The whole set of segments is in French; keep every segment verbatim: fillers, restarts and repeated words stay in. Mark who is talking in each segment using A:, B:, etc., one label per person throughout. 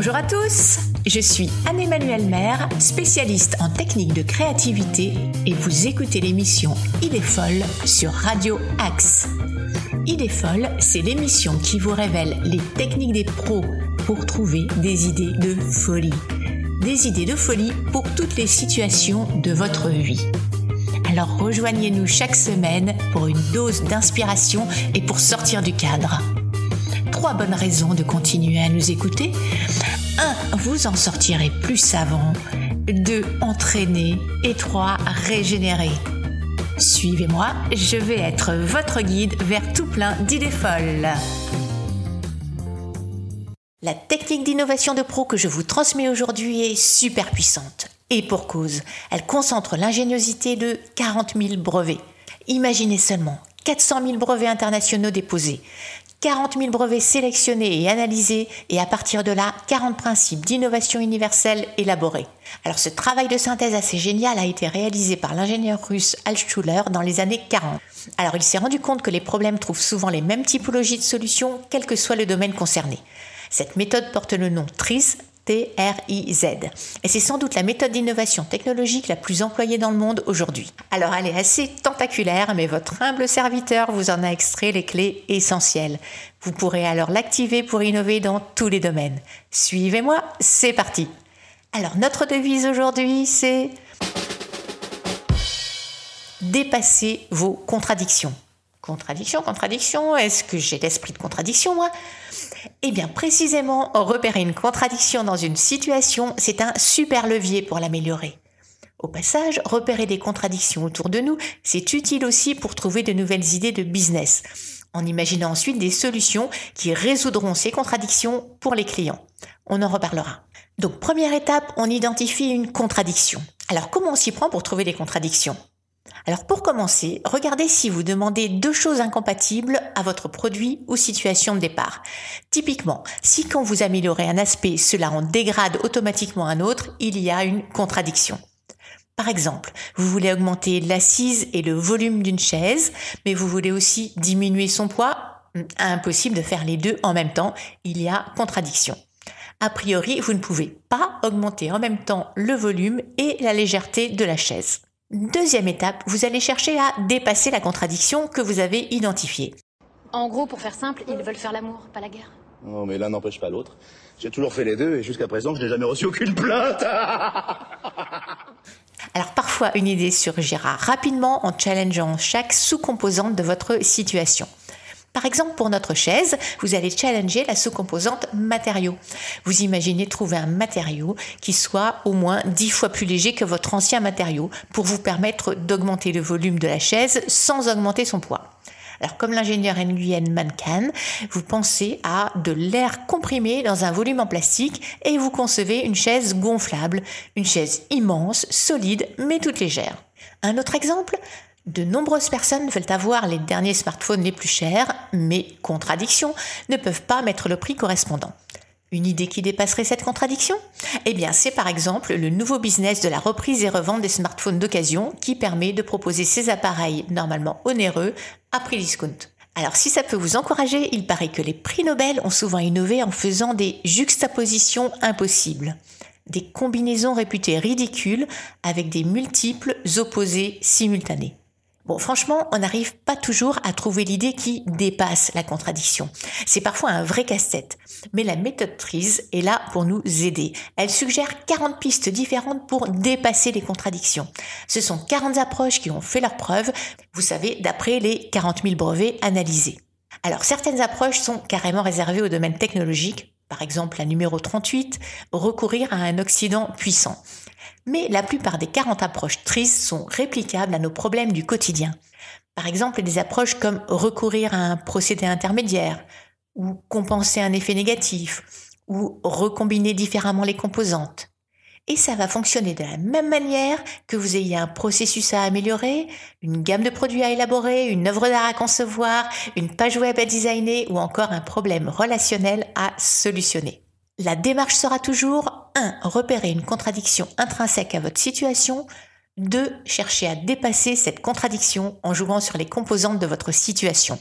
A: Bonjour à tous, je suis Anne-Emmanuelle Maire, spécialiste en techniques de créativité et vous écoutez l'émission Idées folles sur Radio Axe. Idées folles, c'est l'émission qui vous révèle les techniques des pros pour trouver des idées de folie. Des idées de folie pour toutes les situations de votre vie. Alors rejoignez-nous chaque semaine pour une dose d'inspiration et pour sortir du cadre. Trois bonnes raisons de continuer à nous écouter. un. Vous en sortirez plus savant. deux. Entraîné. Et trois. Régénéré. Suivez-moi, je vais être votre guide vers tout plein d'idées folles. La technique d'innovation de pro que je vous transmets aujourd'hui est super puissante. Et pour cause, elle concentre l'ingéniosité de quarante mille brevets. Imaginez seulement quatre cent mille brevets internationaux déposés, quarante mille brevets sélectionnés et analysés, et à partir de là, quarante principes d'innovation universelle élaborés. Alors ce travail de synthèse assez génial a été réalisé par l'ingénieur russe Altshuler dans les années quarante. Alors il s'est rendu compte que les problèmes trouvent souvent les mêmes typologies de solutions, quel que soit le domaine concerné. Cette méthode porte le nom TRIZ, T R I Z. Et c'est sans doute la méthode d'innovation technologique la plus employée dans le monde aujourd'hui. Alors elle est assez tentaculaire, mais votre humble serviteur vous en a extrait les clés essentielles. Vous pourrez alors l'activer pour innover dans tous les domaines. Suivez-moi, c'est parti. Alors notre devise aujourd'hui, c'est dépasser vos contradictions. Contradiction, contradiction, est-ce que j'ai l'esprit de contradiction, moi ? Eh bien, précisément, repérer une contradiction dans une situation, c'est un super levier pour l'améliorer. Au passage, repérer des contradictions autour de nous, c'est utile aussi pour trouver de nouvelles idées de business, en imaginant ensuite des solutions qui résoudront ces contradictions pour les clients. On en reparlera. Donc, première étape, on identifie une contradiction. Alors, comment on s'y prend pour trouver des contradictions ? Alors pour commencer, regardez si vous demandez deux choses incompatibles à votre produit ou situation de départ. Typiquement, si quand vous améliorez un aspect, cela en dégrade automatiquement un autre, il y a une contradiction. Par exemple, vous voulez augmenter l'assise et le volume d'une chaise, mais vous voulez aussi diminuer son poids. Impossible de faire les deux en même temps, il y a contradiction. A priori, vous ne pouvez pas augmenter en même temps le volume et la légèreté de la chaise. Deuxième étape, vous allez chercher à dépasser la contradiction que vous avez identifiée.
B: En gros, pour faire simple, ils veulent faire l'amour, pas la guerre.
C: Non, mais l'un n'empêche pas l'autre. J'ai toujours fait les deux et jusqu'à présent, je n'ai jamais reçu aucune plainte.
A: Alors parfois, une idée surgira rapidement en challengeant chaque sous-composante de votre situation. Par exemple, pour notre chaise, vous allez challenger la sous-composante matériaux. Vous imaginez trouver un matériau qui soit au moins dix fois plus léger que votre ancien matériau pour vous permettre d'augmenter le volume de la chaise sans augmenter son poids. Alors, comme l'ingénieur Nguyen Man Khan, vous pensez à de l'air comprimé dans un volume en plastique et vous concevez une chaise gonflable, une chaise immense, solide, mais toute légère. Un autre exemple ? De nombreuses personnes veulent avoir les derniers smartphones les plus chers, mais, contradiction, ne peuvent pas mettre le prix correspondant. Une idée qui dépasserait cette contradiction ? Eh bien, c'est par exemple le nouveau business de la reprise et revente des smartphones d'occasion qui permet de proposer ces appareils normalement onéreux à prix discount. Alors, si ça peut vous encourager, il paraît que les prix Nobel ont souvent innové en faisant des juxtapositions impossibles. Des combinaisons réputées ridicules avec des multiples opposés simultanés. Bon, franchement, on n'arrive pas toujours à trouver l'idée qui dépasse la contradiction. C'est parfois un vrai casse-tête. Mais la méthode TRIZ est là pour nous aider. Elle suggère quarante pistes différentes pour dépasser les contradictions. Ce sont quarante approches qui ont fait leurs preuves, vous savez, d'après les quarante mille brevets analysés. Alors, certaines approches sont carrément réservées au domaine technologique. Par exemple, la numéro trente-huit, recourir à un oxydant puissant. Mais la plupart des quarante approches TRIZ sont réplicables à nos problèmes du quotidien. Par exemple, des approches comme recourir à un procédé intermédiaire, ou compenser un effet négatif, ou recombiner différemment les composantes. Et ça va fonctionner de la même manière que vous ayez un processus à améliorer, une gamme de produits à élaborer, une œuvre d'art à concevoir, une page web à designer ou encore un problème relationnel à solutionner. La démarche sera toujours un. Repérer une contradiction intrinsèque à votre situation. deux. Chercher à dépasser cette contradiction en jouant sur les composantes de votre situation.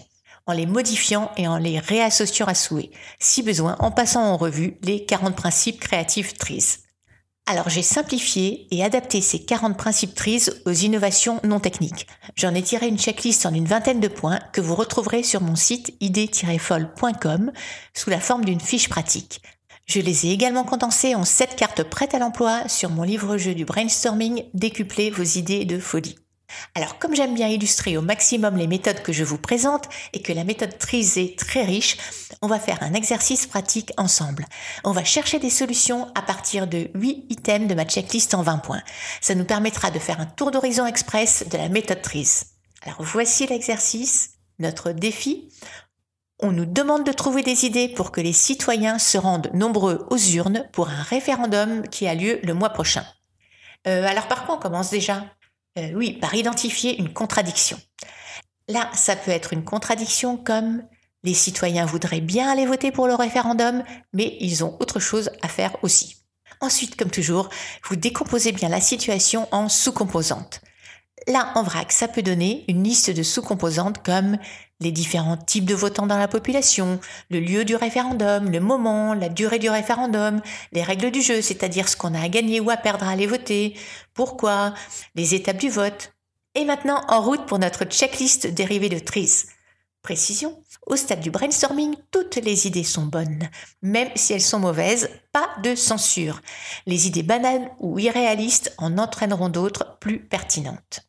A: en les modifiant et en les réassociant à souhait, si besoin en passant en revue les quarante principes créatifs T R I Z. Alors j'ai simplifié et adapté ces quarante principes T R I Z aux innovations non techniques. J'en ai tiré une checklist en une vingtaine de points que vous retrouverez sur mon site idée tiret folle point com sous la forme d'une fiche pratique. Je les ai également condensés en sept cartes prêtes à l'emploi sur mon livre-jeu du brainstorming Décuplez vos idées de folie. Alors comme j'aime bien illustrer au maximum les méthodes que je vous présente et que la méthode T R I Z est très riche, on va faire un exercice pratique ensemble. On va chercher des solutions à partir de huit items de ma checklist en vingt points. Ça nous permettra de faire un tour d'horizon express de la méthode T R I Z. Alors voici l'exercice, notre défi. On nous demande de trouver des idées pour que les citoyens se rendent nombreux aux urnes pour un référendum qui a lieu le mois prochain. Euh, alors par quoi on commence déjà ? Euh, oui, par identifier une contradiction. Là, ça peut être une contradiction comme « les citoyens voudraient bien aller voter pour le référendum, mais ils ont autre chose à faire aussi ». Ensuite, comme toujours, vous décomposez bien la situation en sous-composantes. Là, en vrac, ça peut donner une liste de sous-composantes comme les différents types de votants dans la population, le lieu du référendum, le moment, la durée du référendum, les règles du jeu, c'est-à-dire ce qu'on a à gagner ou à perdre à aller voter, pourquoi, les étapes du vote. Et maintenant, en route pour notre checklist dérivée de T R I Z. Précision, au stade du brainstorming, toutes les idées sont bonnes. Même si elles sont mauvaises, pas de censure. Les idées banales ou irréalistes en entraîneront d'autres plus pertinentes.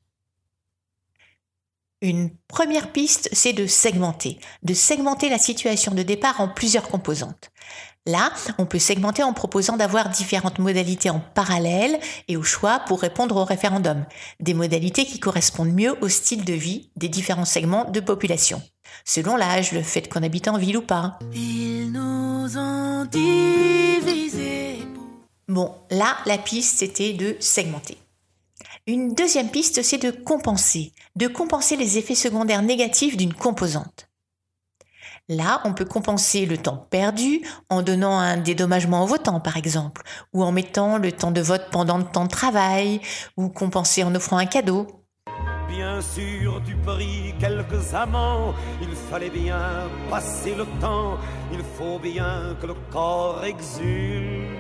A: Une première piste, c'est de segmenter, de segmenter la situation de départ en plusieurs composantes. Là, on peut segmenter en proposant d'avoir différentes modalités en parallèle et au choix pour répondre au référendum, des modalités qui correspondent mieux au style de vie des différents segments de population, selon l'âge, le fait qu'on habite en ville ou pas. Ils nous ont divisés. Bon, là, la piste, c'était de segmenter. Une deuxième piste, c'est de compenser, de compenser les effets secondaires négatifs d'une composante. Là, on peut compenser le temps perdu en donnant un dédommagement aux votants, par exemple, ou en mettant le temps de vote pendant le temps de travail, ou compenser en offrant un cadeau. Bien sûr, tu pris quelques amants, il fallait bien passer le temps, il faut bien que le corps exulte.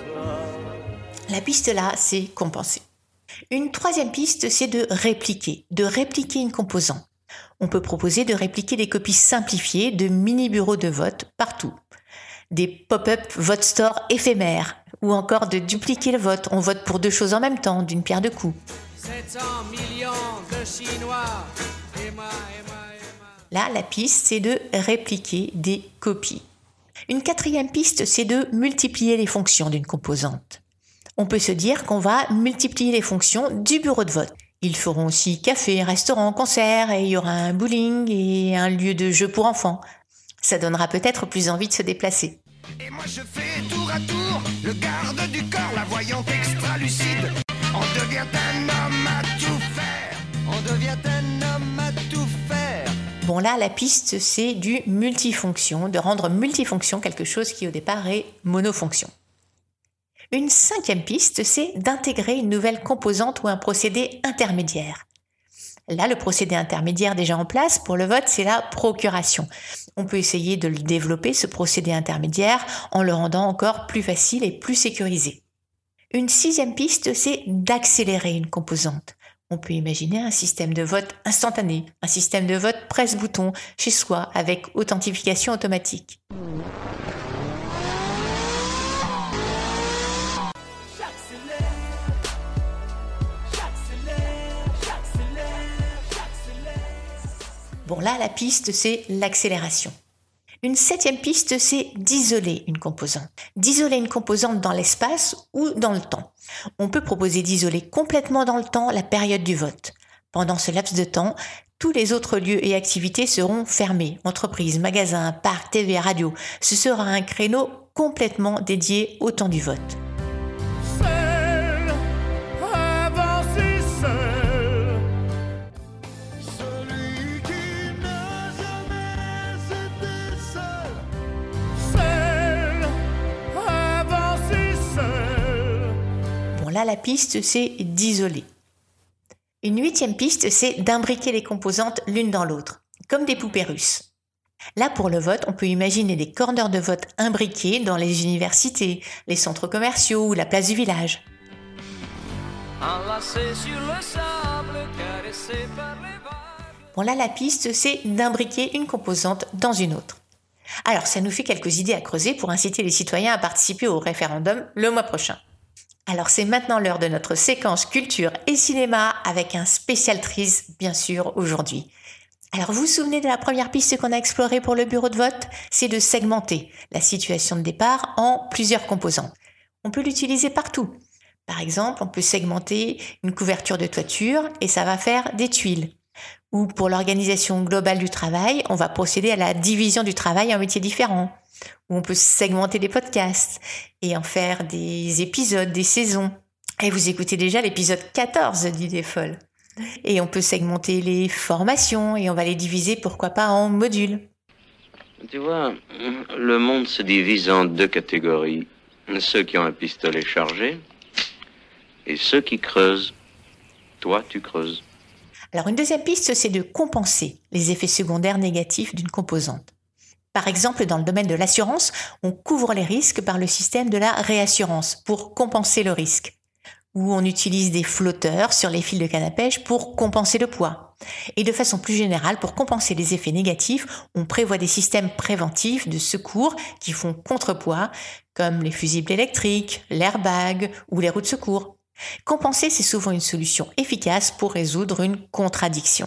A: La piste là, c'est compenser. Une troisième piste, c'est de répliquer, de répliquer une composante. On peut proposer de répliquer des copies simplifiées de mini-bureaux de vote partout. Des pop-up vote store éphémères, ou encore de dupliquer le vote. On vote pour deux choses en même temps, d'une pierre deux coups. sept cents millions de Chinois. Emma, Emma, Emma. Là, la piste, c'est de répliquer des copies. Une quatrième piste, c'est de multiplier les fonctions d'une composante. On peut se dire qu'on va multiplier les fonctions du bureau de vote. Ils feront aussi café, restaurant, concert, et il y aura un bowling et un lieu de jeu pour enfants. Ça donnera peut-être plus envie de se déplacer. Et moi je fais tour à tour le garde du corps, la voyante extra lucide. On devient un homme à tout faire. On devient un homme à tout faire. Bon là, la piste, c'est du multifonction, de rendre multifonction quelque chose qui au départ est monofonction. Une cinquième piste, c'est d'intégrer une nouvelle composante ou un procédé intermédiaire. Là, le procédé intermédiaire déjà en place pour le vote, c'est la procuration. On peut essayer de le développer, ce procédé intermédiaire, en le rendant encore plus facile et plus sécurisé. Une sixième piste, c'est d'accélérer une composante. On peut imaginer un système de vote instantané, un système de vote presse-bouton chez soi avec authentification automatique. Bon là, la piste, c'est l'accélération. Une septième piste, c'est d'isoler une composante. D'isoler une composante dans l'espace ou dans le temps. On peut proposer d'isoler complètement dans le temps la période du vote. Pendant ce laps de temps, tous les autres lieux et activités seront fermés. Entreprises, magasins, parcs, T V, radio. Ce sera un créneau complètement dédié au temps du vote. Là, la piste, c'est d'isoler. Une huitième piste, c'est d'imbriquer les composantes l'une dans l'autre, comme des poupées russes. Là, pour le vote, on peut imaginer des corners de vote imbriqués dans les universités, les centres commerciaux ou la place du village.
D: Enlacé sur le sable, caressé par les vagues.
A: Bon, là, la piste, c'est d'imbriquer une composante dans une autre. Alors, ça nous fait quelques idées à creuser pour inciter les citoyens à participer au référendum le mois prochain. Alors, c'est maintenant l'heure de notre séquence culture et cinéma avec un spécial Triz, bien sûr, aujourd'hui. Alors, vous vous souvenez de la première piste qu'on a explorée pour le bureau de vote? C'est de segmenter la situation de départ en plusieurs composantes. On peut l'utiliser partout. Par exemple, on peut segmenter une couverture de toiture et ça va faire des tuiles. Ou pour l'organisation globale du travail, on va procéder à la division du travail en métiers différents. Ou on peut segmenter des podcasts et en faire des épisodes, des saisons. Et vous écoutez déjà l'épisode quatorze d'Idées folles. Et on peut segmenter les formations et on va les diviser, pourquoi pas, en modules.
E: Tu vois, le monde se divise en deux catégories. Ceux qui ont un pistolet chargé et ceux qui creusent. Toi, tu creuses.
A: Alors une deuxième piste, c'est de compenser les effets secondaires négatifs d'une composante. Par exemple, dans le domaine de l'assurance, on couvre les risques par le système de la réassurance pour compenser le risque. Ou on utilise des flotteurs sur les fils de canne à pêche pour compenser le poids. Et de façon plus générale, pour compenser les effets négatifs, on prévoit des systèmes préventifs de secours qui font contrepoids, comme les fusibles électriques, l'airbag ou les roues de secours. Compenser, c'est souvent une solution efficace pour résoudre une contradiction.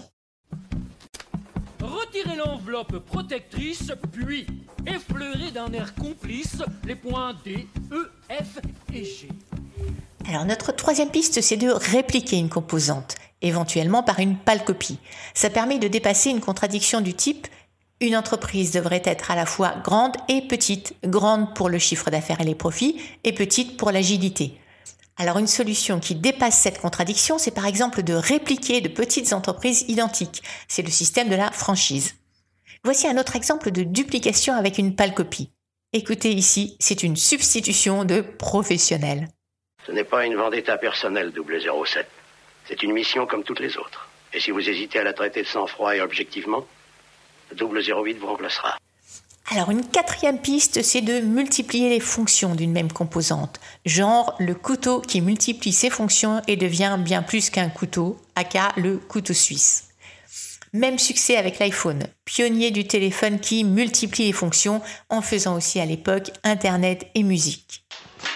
D: Retirez l'enveloppe protectrice, puis effleurez d'un air complice les points D, E, F et G.
A: Alors notre troisième piste, c'est de répliquer une composante, éventuellement par une pâle copie. Ça permet de dépasser une contradiction du type « Une entreprise devrait être à la fois grande et petite, grande pour le chiffre d'affaires et les profits, et petite pour l'agilité ». Alors une solution qui dépasse cette contradiction, c'est par exemple de répliquer de petites entreprises identiques. C'est le système de la franchise. Voici un autre exemple de duplication avec une pâle copie. Écoutez ici, c'est une substitution de professionnel.
F: Ce n'est pas une vendetta personnelle, double zéro sept. C'est une mission comme toutes les autres. Et si vous hésitez à la traiter de sang-froid et objectivement, double zéro huit vous remplacera.
A: Alors une quatrième piste, c'est de multiplier les fonctions d'une même composante. Genre le couteau qui multiplie ses fonctions et devient bien plus qu'un couteau, aka le couteau suisse. Même succès avec l'iPhone, pionnier du téléphone qui multiplie les fonctions en faisant aussi à l'époque Internet et musique.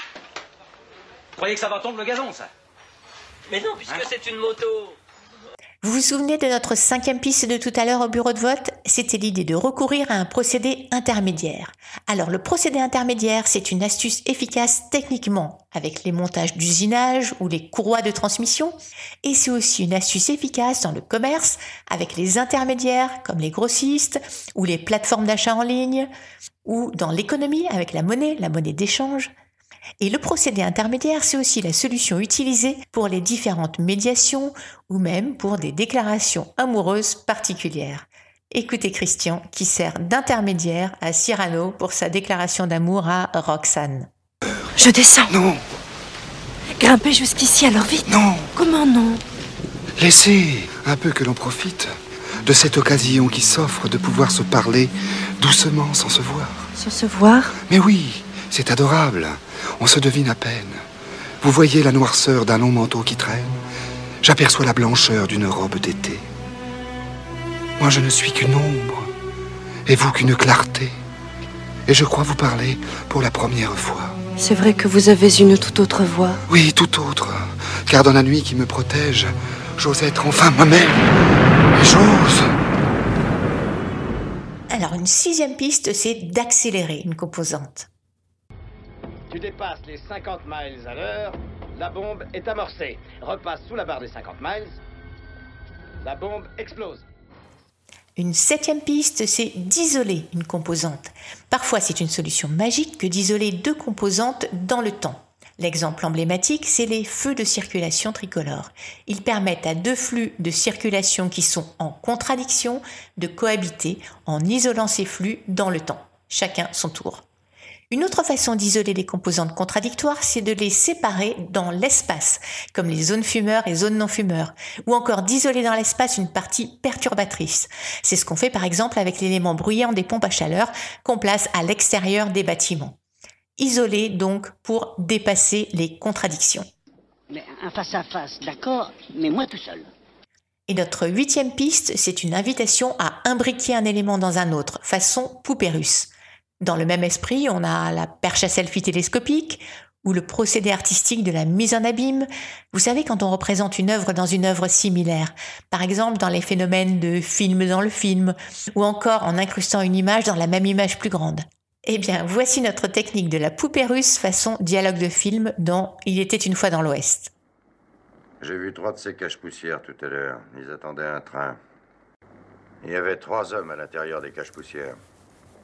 G: Vous croyez que ça va tomber le gazon, ça? Mais non, puisque hein? C'est une moto.
A: Vous vous souvenez de notre cinquième piste de tout à l'heure au bureau de vote? C'était l'idée de recourir à un procédé intermédiaire. Alors le procédé intermédiaire, c'est une astuce efficace techniquement avec les montages d'usinage ou les courroies de transmission. Et c'est aussi une astuce efficace dans le commerce avec les intermédiaires comme les grossistes ou les plateformes d'achat en ligne ou dans l'économie avec la monnaie, la monnaie d'échange. Et le procédé intermédiaire, c'est aussi la solution utilisée pour les différentes médiations ou même pour des déclarations amoureuses particulières. Écoutez Christian qui sert d'intermédiaire à Cyrano pour sa déclaration d'amour à Roxane.
H: Je descends.
I: Non.
H: Grimpez jusqu'ici alors vite.
I: Non.
H: Comment non?
I: Laissez un peu que l'on profite de cette occasion qui s'offre de pouvoir se parler doucement sans se voir.
H: Sans se voir?
I: Mais oui, c'est adorable. On se devine à peine. Vous voyez la noirceur d'un long manteau qui traîne. J'aperçois la blancheur d'une robe d'été. Moi, je ne suis qu'une ombre, et vous qu'une clarté. Et je crois vous parler pour la première fois.
H: C'est vrai que vous avez une toute autre voix.
I: Oui, toute autre. Car dans la nuit qui me protège, j'ose être enfin moi-même. Et j'ose.
A: Alors, une sixième piste, c'est d'accélérer une composante.
F: Tu dépasses les cinquante miles à l'heure, la bombe est amorcée. Repasse sous la barre des cinquante miles, la bombe explose.
A: Une septième piste, c'est d'isoler une composante. Parfois, c'est une solution magique que d'isoler deux composantes dans le temps. L'exemple emblématique, c'est les feux de circulation tricolores. Ils permettent à deux flux de circulation qui sont en contradiction de cohabiter en isolant ces flux dans le temps, chacun son tour. Une autre façon d'isoler les composantes contradictoires, c'est de les séparer dans l'espace, comme les zones fumeurs et zones non-fumeurs, ou encore d'isoler dans l'espace une partie perturbatrice. C'est ce qu'on fait par exemple avec l'élément bruyant des pompes à chaleur qu'on place à l'extérieur des bâtiments. Isoler donc pour dépasser les contradictions.
J: Mais un face-à-face, d'accord, mais moi tout seul.
A: Et notre huitième piste, c'est une invitation à imbriquer un élément dans un autre, façon poupée russe. Dans le même esprit, on a la perche à selfie télescopique ou le procédé artistique de la mise en abîme. Vous savez, quand on représente une œuvre dans une œuvre similaire, par exemple dans les phénomènes de film dans le film, ou encore en incrustant une image dans la même image plus grande. Eh bien, voici notre technique de la poupée russe façon dialogue de film dans Il était une fois dans l'Ouest.
K: J'ai vu trois de ces cache-poussières tout à l'heure. Ils attendaient un train. Il y avait trois hommes à l'intérieur des cache-poussières.
L: Alors ?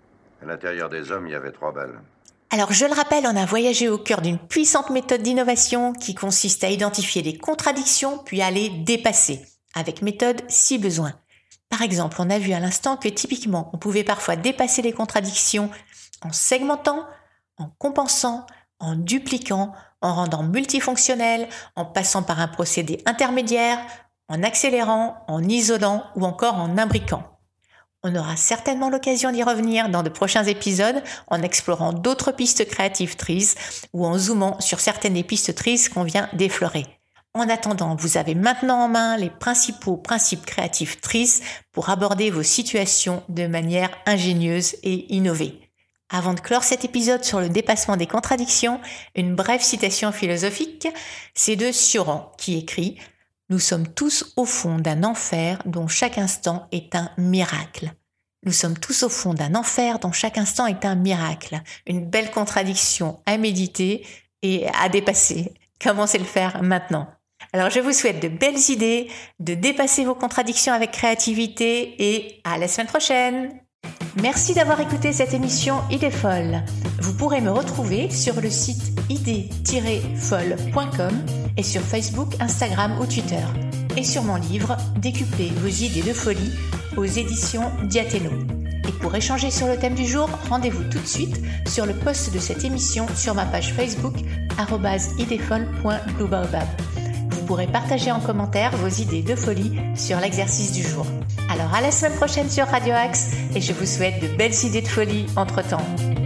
K: À l'intérieur des hommes, il y avait trois balles.
A: Alors, je le rappelle, on a voyagé au cœur d'une puissante méthode d'innovation qui consiste à identifier les contradictions puis à les dépasser, avec méthode si besoin. Par exemple, on a vu à l'instant que typiquement, on pouvait parfois dépasser les contradictions en segmentant, en compensant, en dupliquant, en rendant multifonctionnel, en passant par un procédé intermédiaire, en accélérant, en isolant ou encore en imbriquant. On aura certainement l'occasion d'y revenir dans de prochains épisodes en explorant d'autres pistes créatives Trees ou en zoomant sur certaines des pistes Trees qu'on vient d'effleurer. En attendant, vous avez maintenant en main les principaux principes créatifs Trees pour aborder vos situations de manière ingénieuse et innovée. Avant de clore cet épisode sur le dépassement des contradictions, une brève citation philosophique, c'est de Sioran qui écrit « Nous sommes tous au fond d'un enfer dont chaque instant est un miracle. » Nous sommes tous au fond d'un enfer dont chaque instant est un miracle. Une belle contradiction à méditer et à dépasser. Commencez à le faire maintenant. Alors je vous souhaite de belles idées, de dépasser vos contradictions avec créativité et à la semaine prochaine. Merci d'avoir écouté cette émission Idée folle. Vous pourrez me retrouver sur le site idée tiret folle point com et sur Facebook, Instagram ou Twitter. Et sur mon livre Décuplez vos idées de folie aux éditions Diathéno. Et pour échanger sur le thème du jour, rendez-vous tout de suite sur le post de cette émission sur ma page Facebook arobase idéfolle point bluebaobab. Vous pourrez partager en commentaire vos idées de folie sur l'exercice du jour. Alors à la semaine prochaine sur Radio Axe et je vous souhaite de belles idées de folie entre-temps.